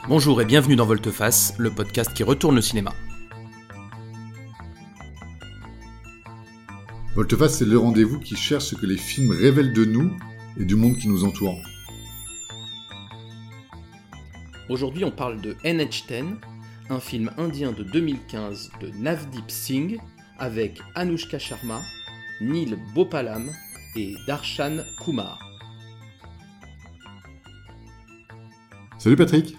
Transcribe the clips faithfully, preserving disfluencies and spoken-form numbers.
Bonjour et bienvenue dans Volte-Face, le podcast qui retourne le cinéma. Volte-Face, c'est le rendez-vous qui cherche ce que les films révèlent de nous et du monde qui nous entoure. Aujourd'hui, on parle de N H dix, un film indien de deux mille quinze de Navdeep Singh avec Anushka Sharma, Neil Bopalam et Darshan Kumar. Salut Patrick.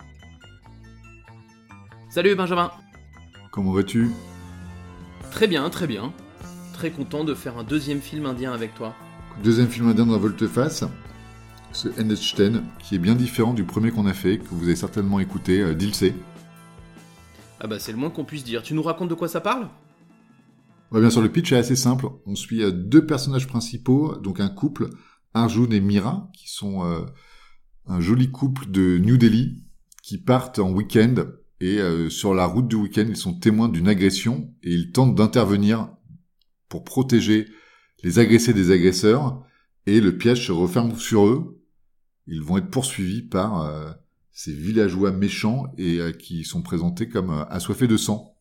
Salut Benjamin. Comment vas-tu ? Très bien, très bien. Très content de faire un deuxième film indien avec toi. Deuxième film indien dans Volte-Face, ce N H dix, qui est bien différent du premier qu'on a fait, que vous avez certainement écouté, euh, Dilsé. Ah bah c'est le moins qu'on puisse dire. Tu nous racontes de quoi ça parle ? Ouais, bien sûr, le pitch est assez simple. On suit euh, deux personnages principaux, donc un couple, Arjun et Mira, qui sont euh, un joli couple de New Delhi, qui partent en week-end, et euh, sur la route du week-end, ils sont témoins d'une agression, et ils tentent d'intervenir pour protéger les agressés des agresseurs, et le piège se referme sur eux. Ils vont être poursuivis par euh, ces villageois méchants et euh, qui sont présentés comme euh, assoiffés de sang.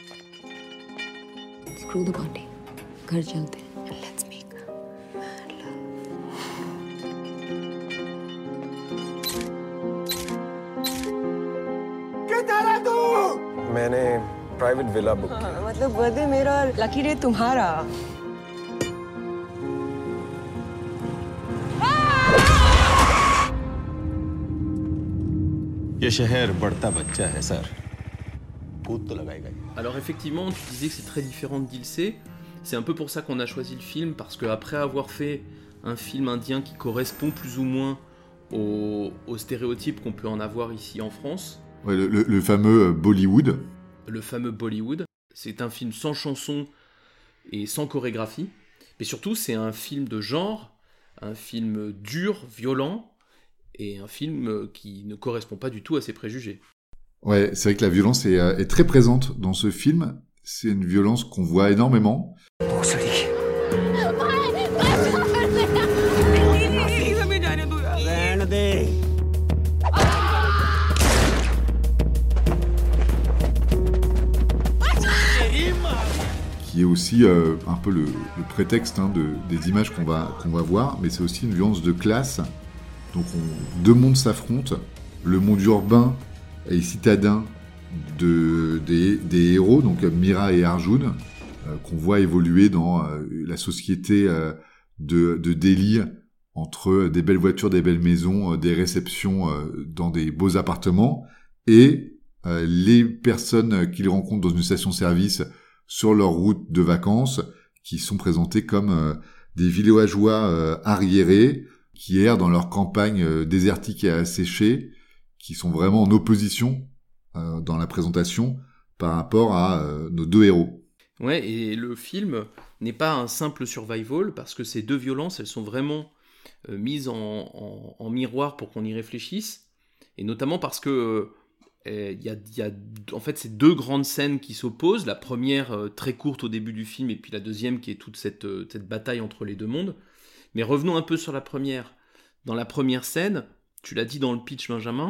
Screw the body. Ghar chalte hain and let's make mad love. किधर है तू? मैंने प्राइवेट विला बुक किया। मतलब बर्थडे मेरा और लकी डे तुम्हारा. ये शहर बढ़ता बच्चा है सर. कूद तो लगाएगा ही. Alors effectivement, tu disais que c'est très différent de Dilsé. C'est un peu pour ça qu'on a choisi le film, parce qu'après avoir fait un film indien qui correspond plus ou moins aux, aux stéréotypes qu'on peut en avoir ici en France, Ouais, le, le, le fameux Bollywood. le fameux Bollywood, c'est un film sans chanson et sans chorégraphie, mais surtout c'est un film de genre, un film dur, violent, et un film qui ne correspond pas du tout à ses préjugés. Ouais, c'est vrai que la violence est, euh, est très présente dans ce film. C'est une violence qu'on voit énormément. रहने दे. Qui est aussi euh, un peu le, le prétexte hein, de, des images qu'on va, qu'on va voir, mais c'est aussi une violence de classe. Donc on, deux mondes s'affrontent, le monde urbain et citadin de, des, des héros, donc Mira et Arjun, euh, qu'on voit évoluer dans euh, la société euh, de, de Delhi, entre des belles voitures, des belles maisons, euh, des réceptions euh, dans des beaux appartements, et euh, les personnes qu'ils rencontrent dans une station-service sur leur route de vacances, qui sont présentés comme euh, des villageois euh, arriérés, qui errent dans leur campagne euh, désertique et asséchée, qui sont vraiment en opposition euh, dans la présentation par rapport à euh, nos deux héros. Ouais, et le film n'est pas un simple survival, parce que ces deux violences, elles sont vraiment euh, mises en, en, en miroir pour qu'on y réfléchisse, et notamment parce que il y a, y a en fait ces deux grandes scènes qui s'opposent, la première euh, très courte au début du film, et puis la deuxième qui est toute cette, euh, cette bataille entre les deux mondes. Mais revenons un peu sur la première. Dans la première scène, tu l'as dit dans le pitch Benjamin,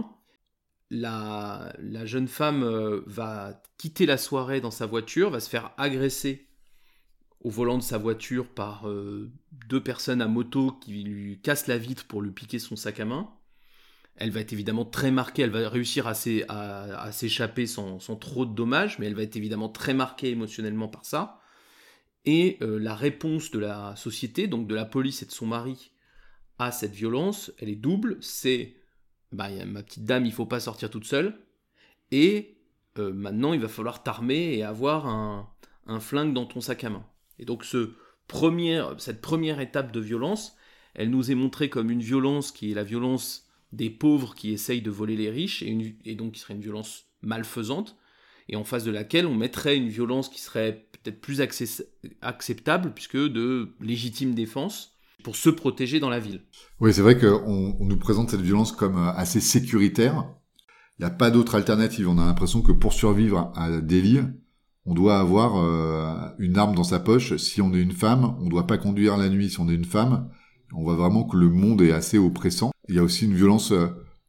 la, la jeune femme euh, va quitter la soirée dans sa voiture, va se faire agresser au volant de sa voiture par euh, deux personnes à moto qui lui cassent la vitre pour lui piquer son sac à main. Elle va être évidemment très marquée, elle va réussir à, s'é, à, à s'échapper sans, sans trop de dommages, mais elle va être évidemment très marquée émotionnellement par ça. Et euh, la réponse de la société, donc de la police et de son mari, à cette violence, elle est double. C'est, bah, ma petite dame, il ne faut pas sortir toute seule. Et euh, maintenant, il va falloir t'armer et avoir un, un flingue dans ton sac à main. Et donc ce premier, cette première étape de violence, elle nous est montrée comme une violence qui est la violence des pauvres qui essayent de voler les riches, et, une, et donc qui serait une violence malfaisante, et en face de laquelle on mettrait une violence qui serait peut-être plus access- acceptable, puisque de légitime défense, pour se protéger dans la ville. Oui, c'est vrai qu'on on nous présente cette violence comme assez sécuritaire. Il n'y a pas d'autre alternative. On a l'impression que pour survivre à Delhi, on doit avoir euh, une arme dans sa poche. Si on est une femme, on ne doit pas conduire la nuit si on est une femme. On voit vraiment que le monde est assez oppressant. Il y a aussi une violence euh,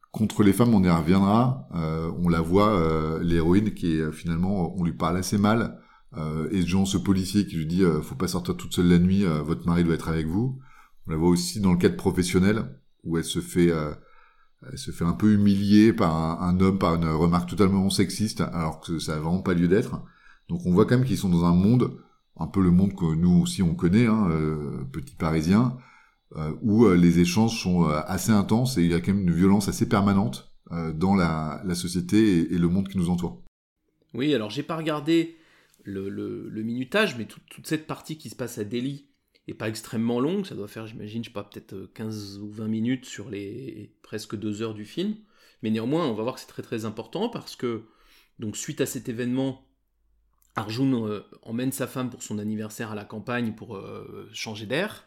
Contre les femmes, on y reviendra. Euh, on la voit, euh, l'héroïne, qui est finalement, on lui parle assez mal. Euh, et Jean, ce policier qui lui dit euh, « Faut pas sortir toute seule la nuit, euh, votre mari doit être avec vous ». On la voit aussi dans le cadre professionnel, où elle se fait, euh, elle se fait un peu humilier par un, un homme, par une remarque totalement sexiste, alors que ça n'a vraiment pas lieu d'être. Donc on voit quand même qu'ils sont dans un monde, un peu le monde que nous aussi on connaît, hein, euh, petit parisien, euh, où euh, les échanges sont euh, assez intenses et il y a quand même une violence assez permanente euh, dans la, la société et, et le monde qui nous entoure. Oui, alors j'ai pas regardé le, le, le minutage, mais tout, toute cette partie qui se passe à Delhi est pas extrêmement longue, ça doit faire, j'imagine, je sais pas, peut-être quinze ou vingt minutes sur les presque deux heures du film, mais néanmoins, on va voir que c'est très très important parce que, donc suite à cet événement, Arjun euh, emmène sa femme pour son anniversaire à la campagne pour euh, changer d'air,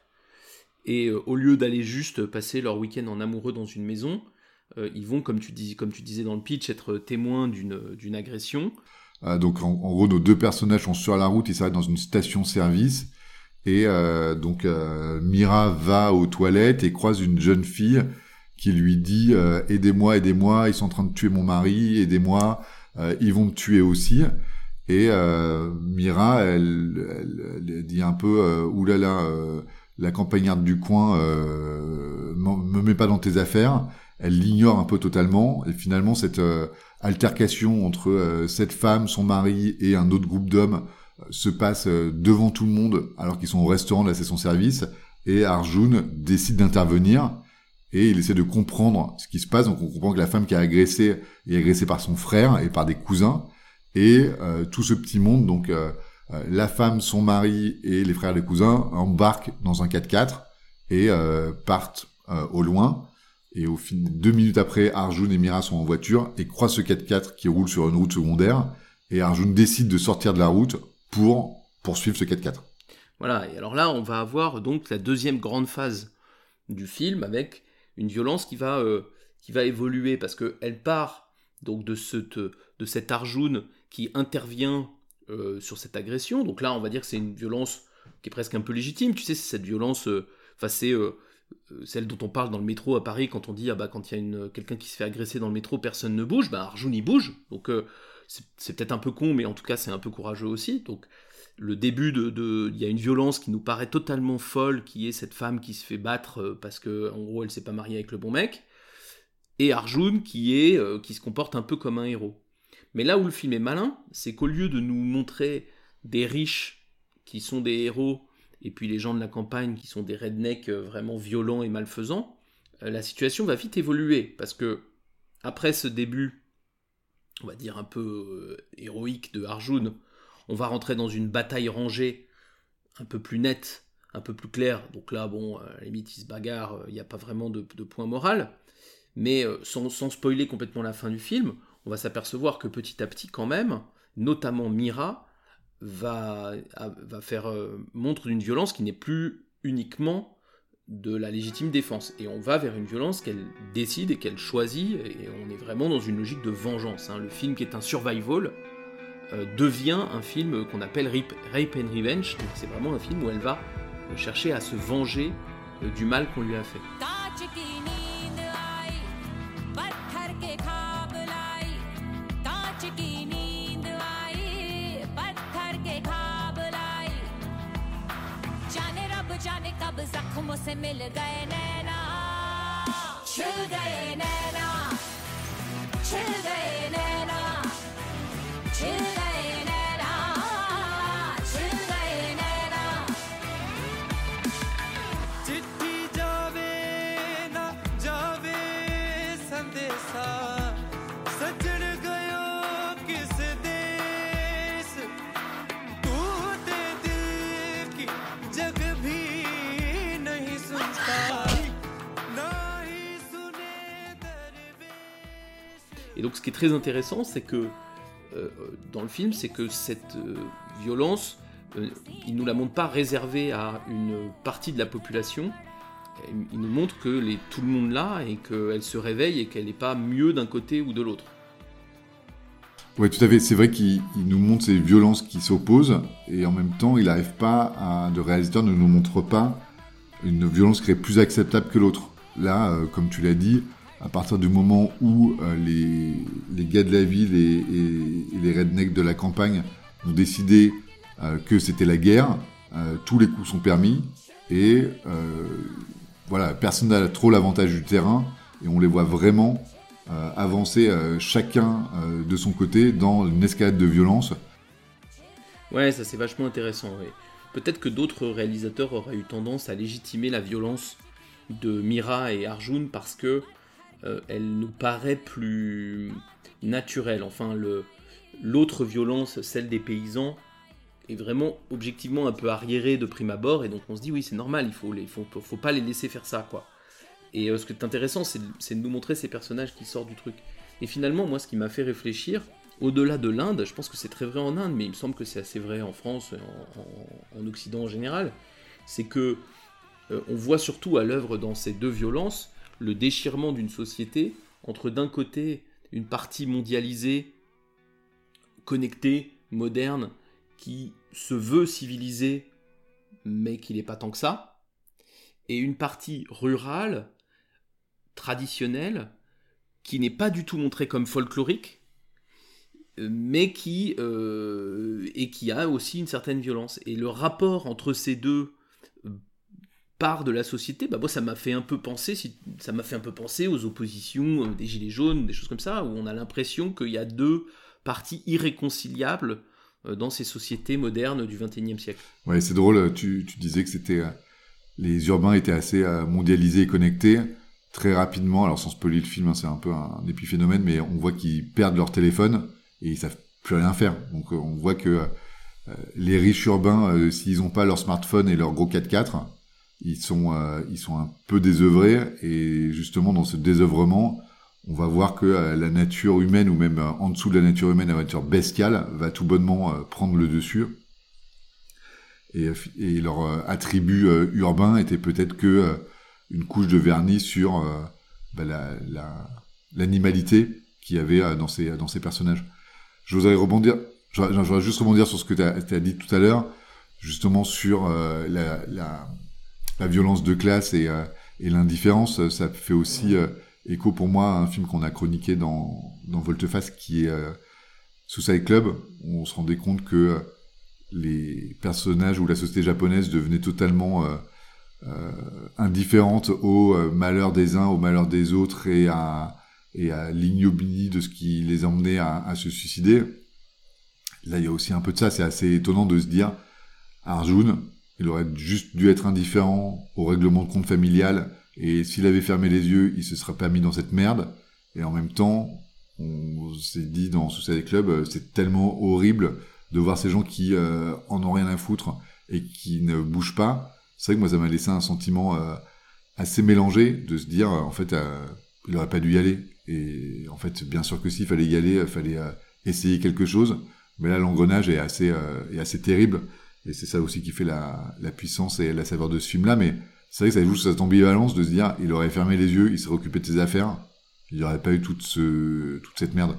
et euh, au lieu d'aller juste passer leur week-end en amoureux dans une maison, euh, ils vont, comme tu, dis, comme tu disais dans le pitch, être témoins d'une, d'une agression. Euh, donc en, en gros, nos deux personnages sont sur la route, ils s'arrêtent dans une station-service, et euh, donc euh, Mira va aux toilettes et croise une jeune fille qui lui dit euh, « Aidez-moi, aidez-moi, ils sont en train de tuer mon mari, aidez-moi, euh, ils vont me tuer aussi ». Et euh, Mira, elle, elle, elle dit un peu euh, « Oulala, euh, la campagnarde du coin, euh, me mets pas dans tes affaires ». Elle l'ignore un peu totalement. Et finalement, cette euh, altercation entre euh, cette femme, son mari et un autre groupe d'hommes euh, se passe euh, devant tout le monde alors qu'ils sont au restaurant de la station-service. Et Arjun décide d'intervenir et il essaie de comprendre ce qui se passe. Donc on comprend que la femme qui a agressé est agressée par son frère et par des cousins. Et euh, tout ce petit monde, donc euh, euh, la femme, son mari et les frères et les cousins embarquent dans un quatre-quatre et euh, partent euh, au loin. Et au fin, deux minutes après, Arjun et Mira sont en voiture et croisent ce quatre-quatre qui roule sur une route secondaire. Et Arjun décide de sortir de la route pour poursuivre ce quatre-quatre. Voilà, et alors là, on va avoir donc la deuxième grande phase du film avec une violence qui va, euh, qui va évoluer parce qu'elle part donc de, ce, de cet Arjun qui intervient euh, sur cette agression. Donc là, on va dire que c'est une violence qui est presque un peu légitime. Tu sais, c'est cette violence, enfin, euh, c'est euh, celle dont on parle dans le métro à Paris quand on dit ah bah quand il y a une, quelqu'un qui se fait agresser dans le métro, personne ne bouge. Bah Arjun il bouge. Donc euh, c'est, c'est peut-être un peu con, mais en tout cas c'est un peu courageux aussi. Donc le début de, de, il y a une violence qui nous paraît totalement folle, qui est cette femme qui se fait battre parce que en gros elle s'est pas mariée avec le bon mec. Et Arjun qui est, euh, qui se comporte un peu comme un héros. Mais là où le film est malin, c'est qu'au lieu de nous montrer des riches qui sont des héros, et puis les gens de la campagne qui sont des rednecks vraiment violents et malfaisants, euh, la situation va vite évoluer, parce que après ce début, on va dire un peu euh, héroïque de Arjun, on va rentrer dans une bataille rangée, un peu plus nette, un peu plus claire. Donc là, bon, à la limite, ils se bagarrent, il n'y a pas vraiment de, de point moral. Mais euh, sans, sans spoiler complètement la fin du film, on va s'apercevoir que petit à petit, quand même, notamment Mira, va, va faire euh, montre d'une violence qui n'est plus uniquement de la légitime défense. Et on va vers une violence qu'elle décide et qu'elle choisit, et on est vraiment dans une logique de vengeance. Hein. Le film qui est un survival euh, devient un film qu'on appelle Rape, Rape and Revenge, donc c'est vraiment un film où elle va chercher à se venger euh, du mal qu'on lui a fait. से मिल गए नैना छिल गए नैना छिल गए नैना छिल गए नैना छिल गए नैना चिट्ठी जावे ना जावे संदेशा सजड़ गयो किस देश तू दे दिल की जग भी Et donc ce qui est très intéressant, c'est que euh, dans le film, c'est que cette euh, violence, euh, il ne nous la montre pas réservée à une partie de la population, il nous montre que les, tout le monde l'a et qu'elle se réveille et qu'elle n'est pas mieux d'un côté ou de l'autre. Oui, tout à fait. C'est vrai qu'il il nous montre ces violences qui s'opposent et en même temps, il n'arrive pas à, de réalisateur ne nous montre pas une violence qui est plus acceptable que l'autre. Là, euh, comme tu l'as dit, à partir du moment où euh, les, les gars de la ville et, et, et les rednecks de la campagne ont décidé euh, que c'était la guerre, euh, tous les coups sont permis, et euh, voilà, personne n'a trop l'avantage du terrain, et on les voit vraiment euh, avancer euh, chacun euh, de son côté dans une escalade de violence. Ouais, ça c'est vachement intéressant. Ouais. Peut-être que d'autres réalisateurs auraient eu tendance à légitimer la violence de Mira et Arjun parce que euh, elle nous paraît plus naturelle. Enfin, le, l'autre violence, celle des paysans, est vraiment objectivement un peu arriérée de prime abord, et donc on se dit oui, c'est normal, il faut, les, faut, faut pas les laisser faire ça, quoi. Et euh, ce qui est intéressant, c'est de, c'est de nous montrer ces personnages qui sortent du truc. Et finalement, moi, ce qui m'a fait réfléchir, au-delà de l'Inde, je pense que c'est très vrai en Inde, mais il me semble que c'est assez vrai en France, en, en, en Occident en général, c'est que euh, on voit surtout à l'œuvre dans ces deux violences le déchirement d'une société entre d'un côté une partie mondialisée, connectée, moderne, qui se veut civilisée, mais qui n'est pas tant que ça, et une partie rurale, traditionnelle, qui n'est pas du tout montrée comme folklorique, mais qui, euh, et qui a aussi une certaine violence. Et le rapport entre ces deux parts de la société, bah moi ça m'a fait un peu penser, ça m'a fait un peu penser aux oppositions des Gilets jaunes, des choses comme ça, où on a l'impression qu'il y a deux parties irréconciliables dans ces sociétés modernes du vingt et unième siècle. Ouais, c'est drôle, tu, tu disais que c'était, euh, les urbains étaient assez euh, mondialisés et connectés, très rapidement, alors sans spoiler le film, hein, c'est un peu un, un épiphénomène, mais on voit qu'ils perdent leur téléphone, et ils savent plus rien faire. Donc euh, on voit que euh, les riches urbains, euh, s'ils n'ont pas leur smartphone et leur gros quatre-quatre, ils sont, euh, ils sont un peu désœuvrés, et justement dans ce désœuvrement, on va voir que euh, la nature humaine, ou même euh, en dessous de la nature humaine, la nature bestiale, va tout bonnement euh, prendre le dessus. Et, et leur euh, attribut euh, urbain était peut-être que euh, une couche de vernis sur euh, bah, la, la, l'animalité qu'il y avait euh, dans ces, dans ces personnages. Je voudrais rebondir, je voudrais juste rebondir sur ce que tu as dit tout à l'heure, justement sur euh, la, la, la violence de classe et, euh, et l'indifférence. Ça fait aussi euh, écho pour moi à un film qu'on a chroniqué dans, dans Volte-Face, qui est euh, Suicide Club, où on se rendait compte que euh, les personnages ou la société japonaise devenaient totalement euh, euh, indifférente au euh, malheur des uns, au malheur des autres, et à et à l'ignominie de ce qui les emmenait à, à se suicider. Là, il y a aussi un peu de ça. C'est assez étonnant de se dire, Arjun, il aurait juste dû être indifférent au règlement de compte familial, et s'il avait fermé les yeux, il se serait pas mis dans cette merde. Et en même temps, on s'est dit dans Suicide Club, c'est tellement horrible de voir ces gens qui euh, en ont rien à foutre et qui ne bougent pas. C'est vrai que moi, ça m'a laissé un sentiment euh, assez mélangé, de se dire, en fait, euh, il aurait pas dû y aller. Et en fait, bien sûr que si, il fallait y aller, il fallait euh, essayer quelque chose. Mais là, l'engrenage est assez, euh, est assez terrible. Et c'est ça aussi qui fait la, la puissance et la saveur de ce film-là. Mais c'est vrai que ça joue sur cette ambivalence de se dire, il aurait fermé les yeux, il serait occupé de ses affaires. Il n'y aurait pas eu toute, ce, toute cette merde.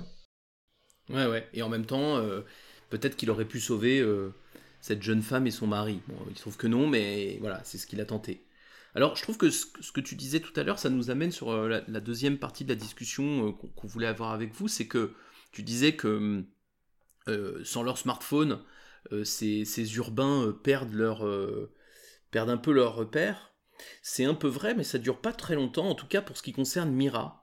Ouais, ouais. Et en même temps, euh, peut-être qu'il aurait pu sauver euh, cette jeune femme et son mari. Bon, il se trouve que non, mais voilà, c'est ce qu'il a tenté. Alors, je trouve que ce, ce que tu disais tout à l'heure, ça nous amène sur euh, la, la deuxième partie de la discussion euh, qu'on, qu'on voulait avoir avec vous. C'est que tu disais que euh, sans leur smartphone, euh, ces, ces urbains euh, perdent, leur, euh, perdent un peu leur repère. C'est un peu vrai, mais ça dure pas très longtemps, en tout cas pour ce qui concerne Mira.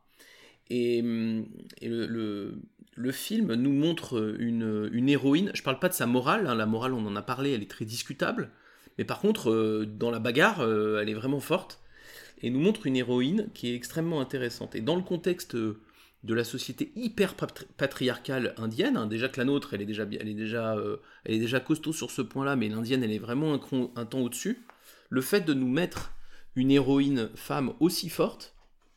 Et, et le, le, le film nous montre une, une héroïne. Je parle pas de sa morale, hein, la morale on en a parlé, elle est très discutable. Mais par contre, euh, dans la bagarre, euh, elle est vraiment forte. Et nous montre une héroïne qui est extrêmement intéressante. Et dans le contexte de la société hyper patriarcale indienne, hein, déjà que la nôtre, elle est déjà, elle est déjà, euh, elle est déjà costaud sur ce point-là, mais l'indienne, elle est vraiment un, cron, un temps au-dessus. Le fait de nous mettre une héroïne femme aussi forte,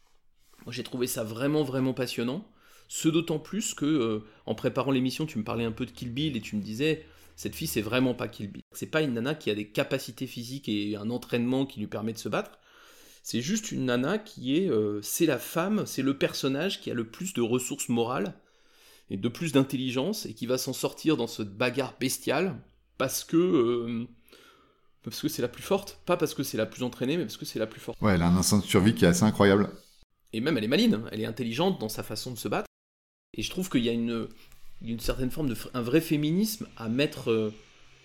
moi j'ai trouvé ça vraiment, vraiment passionnant. Ce d'autant plus que, euh, en préparant l'émission, tu me parlais un peu de Kill Bill et tu me disais... Cette fille, c'est vraiment pas Kill Bill. C'est pas une nana qui a des capacités physiques et un entraînement qui lui permet de se battre. C'est juste une nana qui est... Euh, c'est la femme, c'est le personnage qui a le plus de ressources morales et de plus d'intelligence et qui va s'en sortir dans cette bagarre bestiale parce que... Euh, parce que c'est la plus forte. Pas parce que c'est la plus entraînée, mais parce que c'est la plus forte. Ouais, elle a un instinct de survie qui est assez incroyable. et même elle est maligne, hein, elle est intelligente dans sa façon de se battre. Et je trouve qu'il y a une, une certaine forme de un vrai féminisme à mettre euh,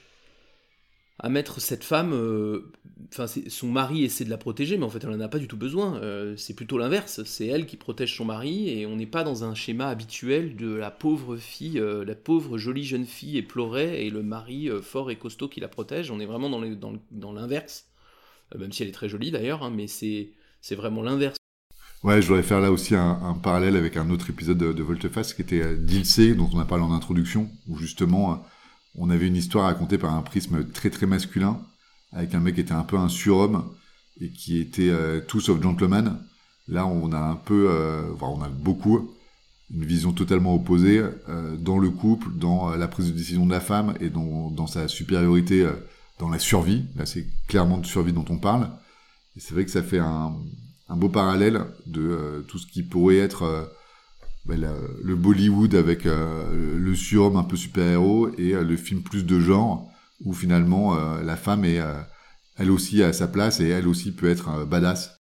à mettre cette femme. Enfin, euh, son mari essaie de la protéger, mais en fait, elle n'en a pas du tout besoin. Euh, c'est plutôt l'inverse. C'est elle qui protège son mari, et on n'est pas dans un schéma habituel de la pauvre fille, euh, la pauvre jolie jeune fille éplorée, et le mari euh, fort et costaud qui la protège. On est vraiment dans, les, dans, dans l'inverse, euh, même si elle est très jolie d'ailleurs, hein, mais c'est, c'est vraiment l'inverse. Ouais, je voudrais faire là aussi un, un parallèle avec un autre épisode de, de Volte-Face qui était Dilsey, dont on a parlé en introduction, où justement on avait une histoire racontée par un prisme très très masculin, avec un mec qui était un peu un surhomme et qui était euh, tout sauf gentleman. Là, on a un peu, euh, enfin, on a beaucoup une vision totalement opposée euh, dans le couple, dans euh, la prise de décision de la femme et dans, dans sa supériorité, euh, dans la survie. Là, c'est clairement de survie dont on parle. Et c'est vrai que ça fait un un beau parallèle de euh, tout ce qui pourrait être euh, bah, la, le Bollywood avec euh, le surhomme un peu super-héros et euh, le film plus de genre où finalement euh, la femme est euh, elle aussi à sa place et elle aussi peut être euh, badass.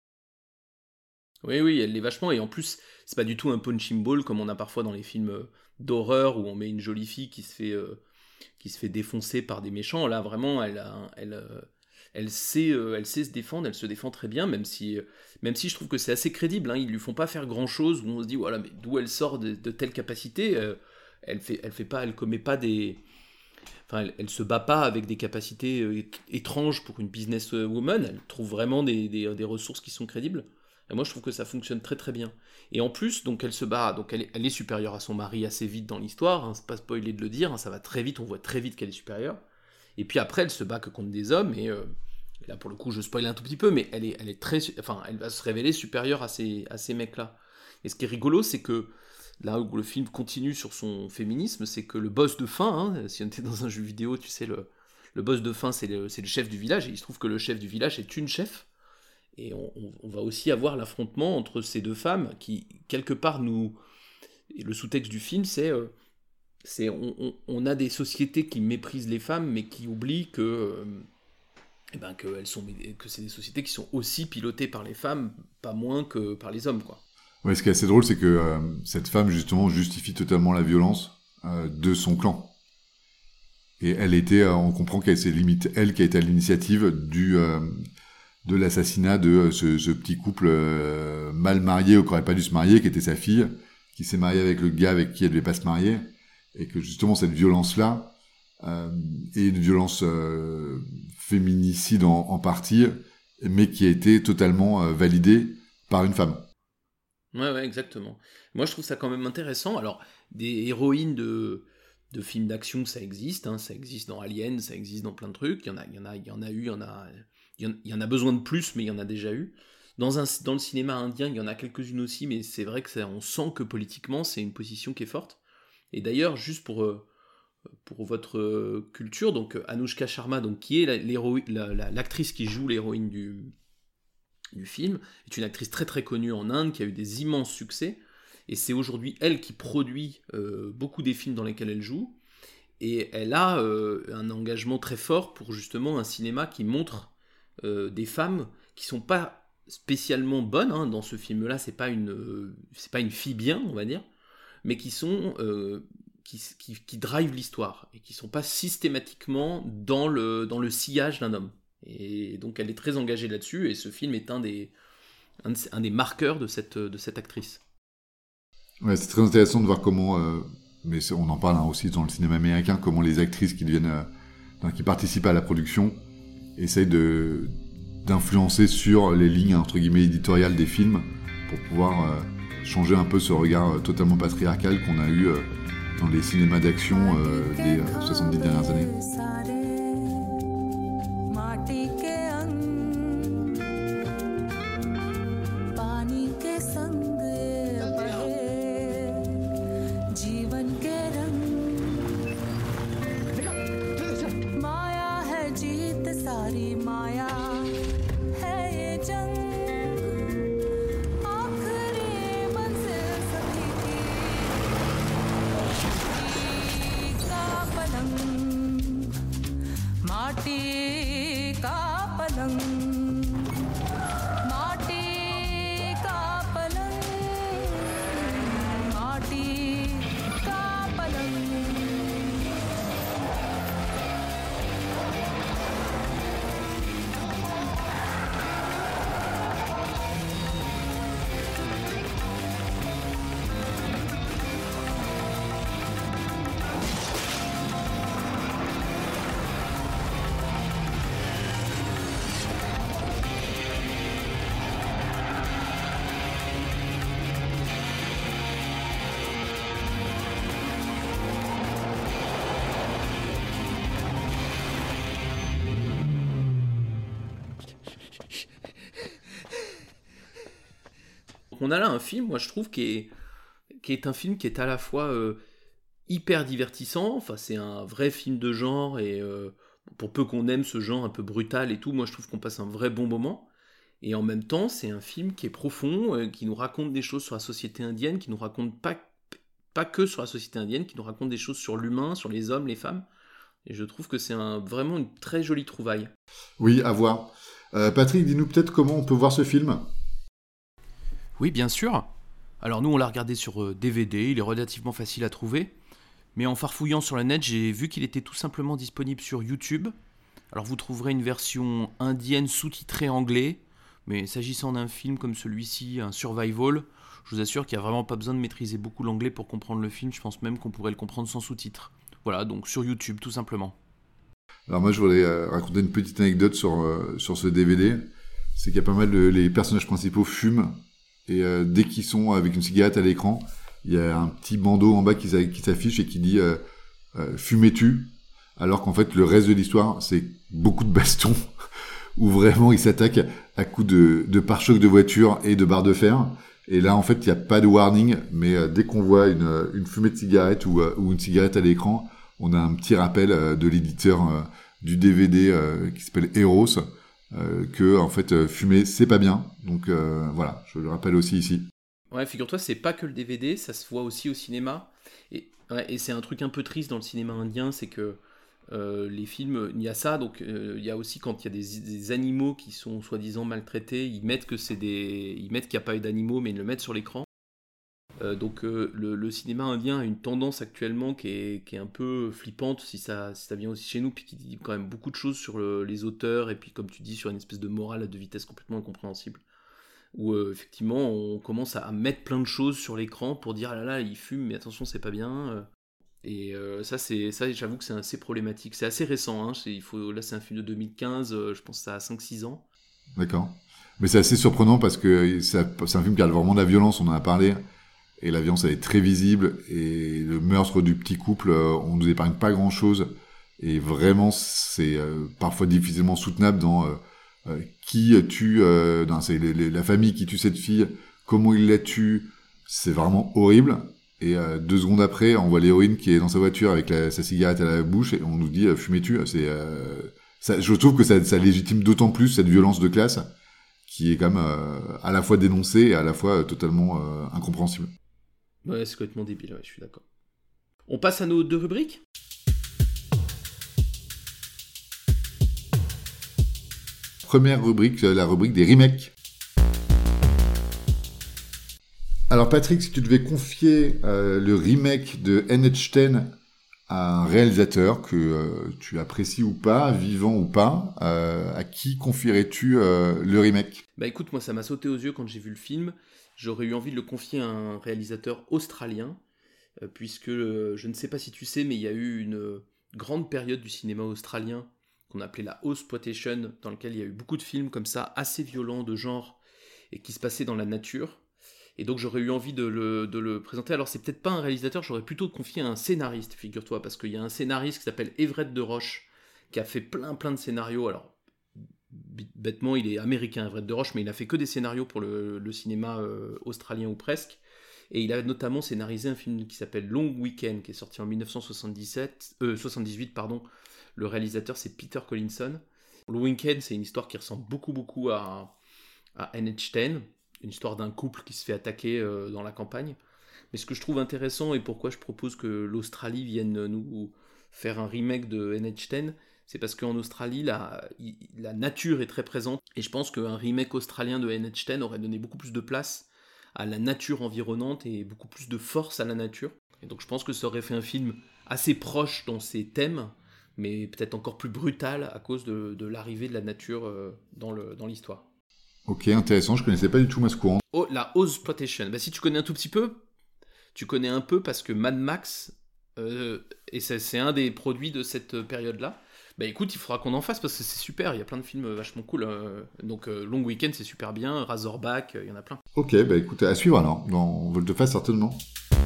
Oui, oui, elle l'est vachement, et en plus, c'est pas du tout un punching ball comme on a parfois dans les films d'horreur où on met une jolie fille qui se fait, euh, qui se fait défoncer par des méchants. Là, vraiment, elle a, elle, euh, elle sait, euh, elle sait se défendre, elle se défend très bien, même si, euh, même si je trouve que c'est assez crédible, hein, ils lui font pas faire grand chose, où on se dit, voilà, mais d'où elle sort de, de telles capacités, euh, elle fait, elle fait pas, elle commet pas des, enfin, elle, elle se bat pas avec des capacités euh, étranges pour une business woman, elle trouve vraiment des, des, des ressources qui sont crédibles, et moi je trouve que ça fonctionne très très bien. Et en plus, donc elle se bat, donc elle est, elle est supérieure à son mari assez vite dans l'histoire, hein, c'est pas spoilé de le dire, hein, ça va très vite, on voit très vite qu'elle est supérieure, et puis après elle se bat que contre des hommes, et euh, là pour le coup je spoil un tout petit peu, mais elle est, elle est très, enfin elle va se révéler supérieure à ces, à ces mecs-là. Et ce qui est rigolo, c'est que là où le film continue sur son féminisme, c'est que le boss de fin, hein, si on était dans un jeu vidéo, tu sais, le, le boss de fin c'est le, c'est le chef du village, et il se trouve que le chef du village est une chef, et on, on va aussi avoir l'affrontement entre ces deux femmes qui, quelque part, nous... Et le sous-texte du film, c'est... Euh, c'est on, on, on a des sociétés qui méprisent les femmes, mais qui oublient que... Euh, eh ben, que, elles sont, que c'est des sociétés qui sont aussi pilotées par les femmes, pas moins que par les hommes, quoi. Ouais, ce qui est assez drôle, c'est que euh, cette femme, justement, justifie totalement la violence euh, de son clan. Et elle était... Euh, on comprend qu'elle c'est limite elle qui a été à l'initiative du... Euh, de l'assassinat de euh, ce, ce petit couple euh, mal marié ou qui n'aurait pas dû se marier, qui était sa fille, qui s'est mariée avec le gars avec qui elle devait pas se marier, et que justement cette violence-là euh, est une violence euh, féminicide en, en partie, mais qui a été totalement euh, validée par une femme. Ouais, ouais, exactement. Moi, je trouve ça quand même intéressant. Alors, des héroïnes de, de films d'action, ça existe, hein, ça existe dans Alien, ça existe dans plein de trucs, il y en a, il y en a, il y en a eu, il y en a... Il y en a besoin de plus, mais il y en a déjà eu. Dans, un, dans le cinéma indien, il y en a quelques-unes aussi, mais c'est vrai que ça, on sent que politiquement, c'est une position qui est forte. Et d'ailleurs, juste pour, pour votre culture, donc Anushka Sharma, donc, qui est la, la, la, l'actrice qui joue l'héroïne du, du film, est une actrice très très connue en Inde, qui a eu des immenses succès, et c'est aujourd'hui elle qui produit euh, beaucoup des films dans lesquels elle joue, et elle a euh, un engagement très fort pour justement un cinéma qui montre Euh, des femmes qui sont pas spécialement bonnes, hein, dans ce film-là, c'est pas une, euh, c'est pas une fille bien, on va dire, mais qui sont, euh, qui, qui, qui drivent l'histoire, et qui sont pas systématiquement dans le, dans le sillage d'un homme. Et donc elle est très engagée là-dessus, et ce film est un des, un, de, un des marqueurs de cette, de cette actrice. Ouais, c'est très intéressant de voir comment, euh, mais on en parle hein, aussi dans le cinéma américain, comment les actrices qui deviennent, euh, qui participent à la production, essaye de d'influencer sur les lignes entre guillemets éditoriales des films pour pouvoir euh, changer un peu ce regard euh, totalement patriarcal qu'on a eu euh, dans les cinémas d'action euh, des euh, soixante-dix dernières années. माटी का पलंग On a là un film, moi je trouve, qui est, qui est un film qui est à la fois euh, hyper divertissant, enfin c'est un vrai film de genre, et euh, pour peu qu'on aime ce genre un peu brutal et tout, moi je trouve qu'on passe un vrai bon moment. Et en même temps, c'est un film qui est profond, euh, qui nous raconte des choses sur la société indienne, qui nous raconte pas, pas que sur la société indienne, qui nous raconte des choses sur l'humain, sur les hommes, les femmes. Et je trouve que c'est un, vraiment une très jolie trouvaille. Oui, à voir. Euh, Patrick, dis-nous peut-être comment on peut voir ce film. Oui, bien sûr. Alors nous, on l'a regardé sur euh, D V D, il est relativement facile à trouver. Mais en farfouillant sur le net, j'ai vu qu'il était tout simplement disponible sur YouTube. Alors vous trouverez une version indienne sous-titrée anglais. Mais s'agissant d'un film comme celui-ci, un survival, je vous assure qu'il n'y a vraiment pas besoin de maîtriser beaucoup l'anglais pour comprendre le film. Je pense même qu'on pourrait le comprendre sans sous-titres. Voilà, donc sur YouTube, tout simplement. Alors moi, je voudrais euh, raconter une petite anecdote sur, euh, sur ce D V D. C'est qu'il y a pas mal de... Les personnages principaux fument. Et euh, dès qu'ils sont avec une cigarette à l'écran, il y a un petit bandeau en bas qui, qui s'affiche et qui dit euh, euh, « Fumez-tu ?» Alors qu'en fait, le reste de l'histoire, c'est beaucoup de bastons. Où vraiment ils s'attaquent à coups de, de pare-chocs de voiture et de barres de fer. Et là, en fait, il n'y a pas de warning, mais euh, dès qu'on voit une, une fumée de cigarette ou, euh, ou une cigarette à l'écran, on a un petit rappel euh, de l'éditeur euh, du D V D euh, qui s'appelle Eros, euh, que en fait, euh, fumer, c'est pas bien. Donc euh, voilà, je le rappelle aussi ici. Ouais, figure-toi, c'est pas que le D V D, ça se voit aussi au cinéma. Et, ouais, et c'est un truc un peu triste dans le cinéma indien, c'est que Euh, les films, il y a ça, donc euh, il y a aussi quand il y a des, des animaux qui sont soi-disant maltraités, ils mettent que c'est des, ils mettent qu'il n'y a pas eu d'animaux, mais ils le mettent sur l'écran. Euh, donc euh, le, le cinéma indien a une tendance actuellement qui est, qui est un peu flippante si ça, si ça vient aussi chez nous, puis qui dit quand même beaucoup de choses sur le, les auteurs, et puis comme tu dis sur une espèce de morale à deux vitesses complètement incompréhensible. Où euh, effectivement on commence à, à mettre plein de choses sur l'écran pour dire ah là là il fume mais attention c'est pas bien. Euh, Et euh, ça, c'est, ça, j'avoue que c'est assez problématique. C'est assez récent. Hein. C'est, il faut, là, c'est un film de deux mille quinze. Euh, je pense que ça a cinq six ans. D'accord. Mais c'est assez surprenant parce que c'est, c'est un film qui a vraiment de la violence, on en a parlé. Et la violence, elle est très visible. Et le meurtre du petit couple, euh, on nous épargne pas grand-chose. Et vraiment, c'est euh, parfois difficilement soutenable dans euh, euh, qui tue... Euh, non, c'est les, les, la famille qui tue cette fille, comment il la tue. C'est vraiment horrible. Et euh, deux secondes après, on voit l'héroïne qui est dans sa voiture avec la, sa cigarette à la bouche et on nous dit euh, « fumez-tu » c'est, euh, ça, je trouve que ça, ça légitime d'autant plus cette violence de classe qui est quand même euh, à la fois dénoncée et à la fois euh, totalement euh, incompréhensible. Ouais, c'est complètement débile, ouais, je suis d'accord. On passe à nos deux rubriques ? Première rubrique, la rubrique des remakes. Alors Patrick, si tu devais confier euh, le remake de N H dix à un réalisateur que euh, tu apprécies ou pas, vivant ou pas, euh, à qui confierais-tu euh, le remake ? Bah écoute, moi ça m'a sauté aux yeux quand j'ai vu le film. J'aurais eu envie de le confier à un réalisateur australien, euh, puisque euh, je ne sais pas si tu sais, mais il y a eu une euh, grande période du cinéma australien qu'on appelait la Ozploitation, dans laquelle il y a eu beaucoup de films comme ça, assez violents de genre, et qui se passaient dans la nature. Et donc j'aurais eu envie de le, de le présenter. Alors c'est peut-être pas un réalisateur, j'aurais plutôt confié à un scénariste, figure-toi, parce qu'il y a un scénariste qui s'appelle Everett de Roche, qui a fait plein plein de scénarios. Alors bêtement, il est américain, Everett de Roche, mais il a fait que des scénarios pour le, le cinéma euh, australien ou presque. Et il a notamment scénarisé un film qui s'appelle Long Weekend, qui est sorti en dix-neuf cent soixante-dix-sept, euh, soixante-dix-huit, pardon. Le réalisateur c'est Peter Collinson. Long Weekend, c'est une histoire qui ressemble beaucoup beaucoup à, à N H dix. Une histoire d'un couple qui se fait attaquer euh, dans la campagne. Mais ce que je trouve intéressant et pourquoi je propose que l'Australie vienne nous faire un remake de N H dix, c'est parce qu'en Australie, la, la nature est très présente. Et je pense qu'un remake australien de N H dix aurait donné beaucoup plus de place à la nature environnante et beaucoup plus de force à la nature. Et donc je pense que ça aurait fait un film assez proche dans ses thèmes, mais peut-être encore plus brutal à cause de, de l'arrivée de la nature euh, dans, le, dans l'histoire. Ok, intéressant, je connaissais pas du tout Mascourant. Oh, la Ozploitation. Bah, si tu connais un tout petit peu, tu connais un peu parce que Mad Max, euh, et c'est, c'est un des produits de cette période-là. Bah écoute, il faudra qu'on en fasse parce que c'est super, il y a plein de films vachement cool. Euh, donc euh, Long Weekend, c'est super bien, Razorback, il euh, y en a plein. Ok, bah écoute, à suivre alors, dans Volte-Face certainement.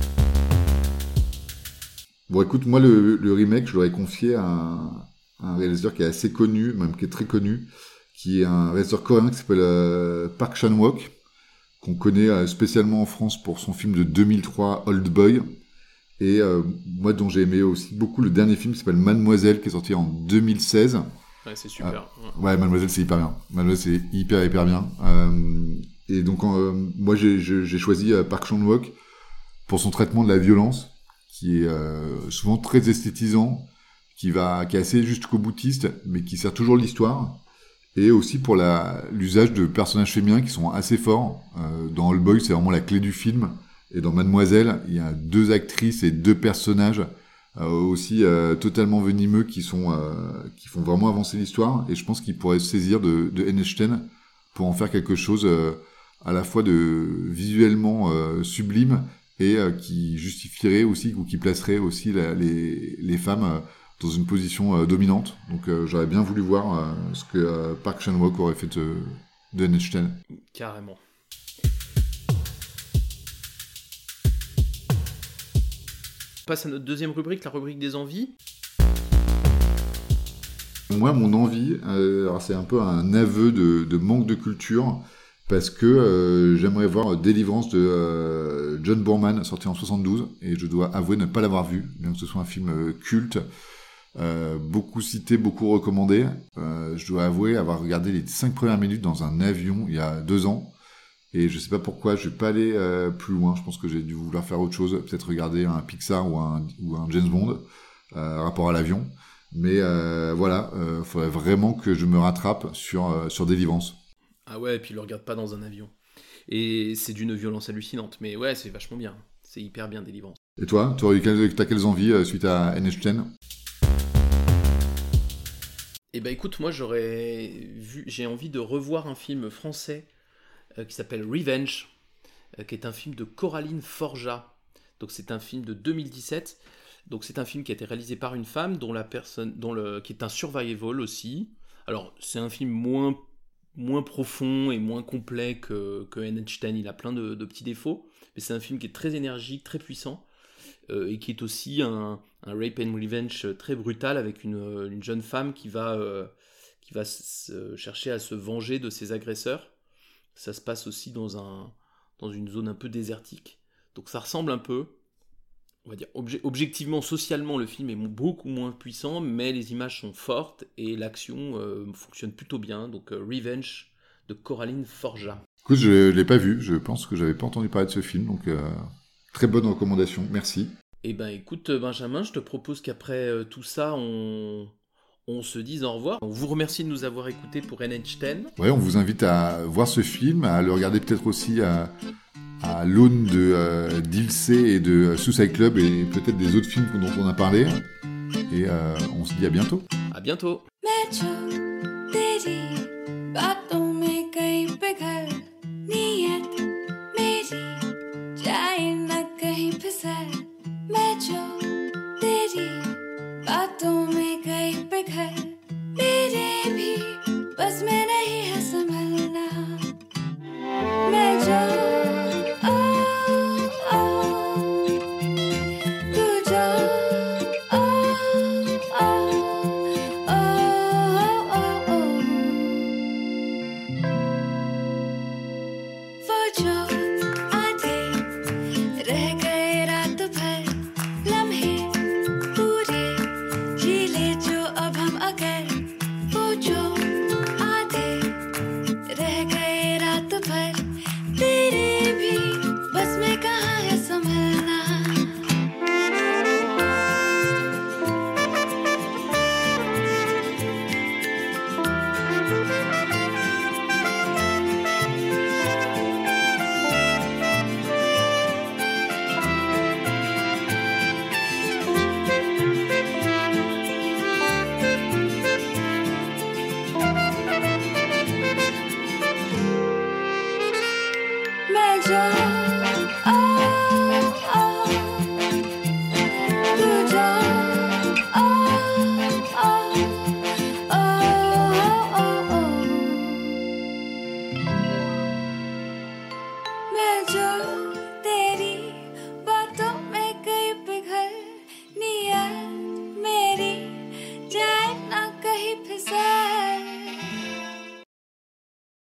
Bon écoute, moi le, le remake, je l'aurais confié à un, à un réalisateur qui est assez connu, même qui est très connu, qui est un réalisateur coréen qui s'appelle euh, Park Chan-wook, qu'on connaît euh, spécialement en France pour son film de deux mille trois, Old Boy. Et euh, moi, dont j'ai aimé aussi beaucoup le dernier film qui s'appelle Mademoiselle, qui est sorti en deux mille seize. Ouais, c'est super. Euh, ouais, Mademoiselle, c'est hyper bien. Mademoiselle, c'est hyper, hyper bien. Euh, et donc, euh, moi, j'ai, j'ai, j'ai choisi euh, Park Chan-wook pour son traitement de la violence, qui est euh, souvent très esthétisant, qui, va, qui est assez jusqu'au boutiste, mais qui sert toujours l'histoire. Et aussi pour la, l'usage de personnages féminins qui sont assez forts. Euh, dans Old Boy, c'est vraiment la clé du film. Et dans Mademoiselle, il y a deux actrices et deux personnages euh, aussi euh, totalement venimeux qui sont euh, qui font vraiment avancer l'histoire. Et je pense qu'ils pourraient se saisir de, de N H ten pour en faire quelque chose euh, à la fois de visuellement euh, sublime et euh, qui justifierait aussi ou qui placerait aussi la, les les femmes euh, dans une position euh, dominante. Donc euh, j'aurais bien voulu voir euh, ce que euh, Park Chan-wook aurait fait de, de N H ten. Carrément. On passe à notre deuxième rubrique, la rubrique des envies. Moi, mon envie, euh, alors c'est un peu un aveu de, de manque de culture, parce que euh, j'aimerais voir Délivrance de euh, John Boorman, sorti en soixante-douze, et je dois avouer ne pas l'avoir vu, bien que ce soit un film euh, culte, euh, beaucoup cité, beaucoup recommandé. Euh, je dois avouer avoir regardé les cinq premières minutes dans un avion il y a deux ans, et je sais pas pourquoi, je vais pas aller euh, plus loin. Je pense que j'ai dû vouloir faire autre chose, peut-être regarder un Pixar ou un, ou un James Bond, euh, rapport à l'avion. Mais euh, voilà, euh, faudrait vraiment que je me rattrape sur, euh, sur Délivrance. Ah ouais, et puis il le regarde pas dans un avion. Et c'est d'une violence hallucinante. Mais ouais, c'est vachement bien. C'est hyper bien, Délivrance. Et toi, t'as quelles, t'as quelles envies euh, suite à N H ten? Eh ben écoute, moi j'aurais vu, j'ai envie de revoir un film français euh, qui s'appelle Revenge, euh, qui est un film de Coraline Forja. Donc c'est un film de deux mille dix-sept. Donc c'est un film qui a été réalisé par une femme dont la personne, dont le, qui est un survival aussi. Alors c'est un film moins, moins profond et moins complet que, que N H ten. Il a plein de, de petits défauts, mais c'est un film qui est très énergique, très puissant, euh, et qui est aussi un, un rape and revenge très brutal avec une, une jeune femme qui va, euh, qui va s- chercher à se venger de ses agresseurs. Ça se passe aussi dans, un, dans une zone un peu désertique. Donc ça ressemble un peu, on va dire, obje- objectivement, socialement, le film est beaucoup moins puissant, mais les images sont fortes et l'action euh, fonctionne plutôt bien. Donc euh, Revenge de Coraline Forja. Écoute, je l'ai pas vu, je pense que j'avais pas entendu parler de ce film, donc euh, très bonne recommandation, merci. Eh ben écoute Benjamin, je te propose qu'après euh, tout ça, on... on se dise au revoir. On vous remercie de nous avoir écoutés pour N H ten. Ouais, on vous invite à voir ce film, à le regarder peut-être aussi à, à l'aune de euh, d'Ilse et de euh, Suicide Club et peut-être des autres films dont on a parlé. Et euh, on se dit à bientôt. À bientôt. मैं जो तेरी बातों में कहीं पिघल नियत मेरी जाए न कहीं फिसल मैं जो तेरी बातों में कहीं पिघल मेरे भी बस में नहीं है संभलना मैं जो ओ, ओ, तू जो ओ, ओ, वो जो आधे रह गए रात भर लम्हे पूरे जी ले जो अब हम अगर वो जो आधे रह गए रात भर तेरे भी बस में कहाँ है संभलना मैं जो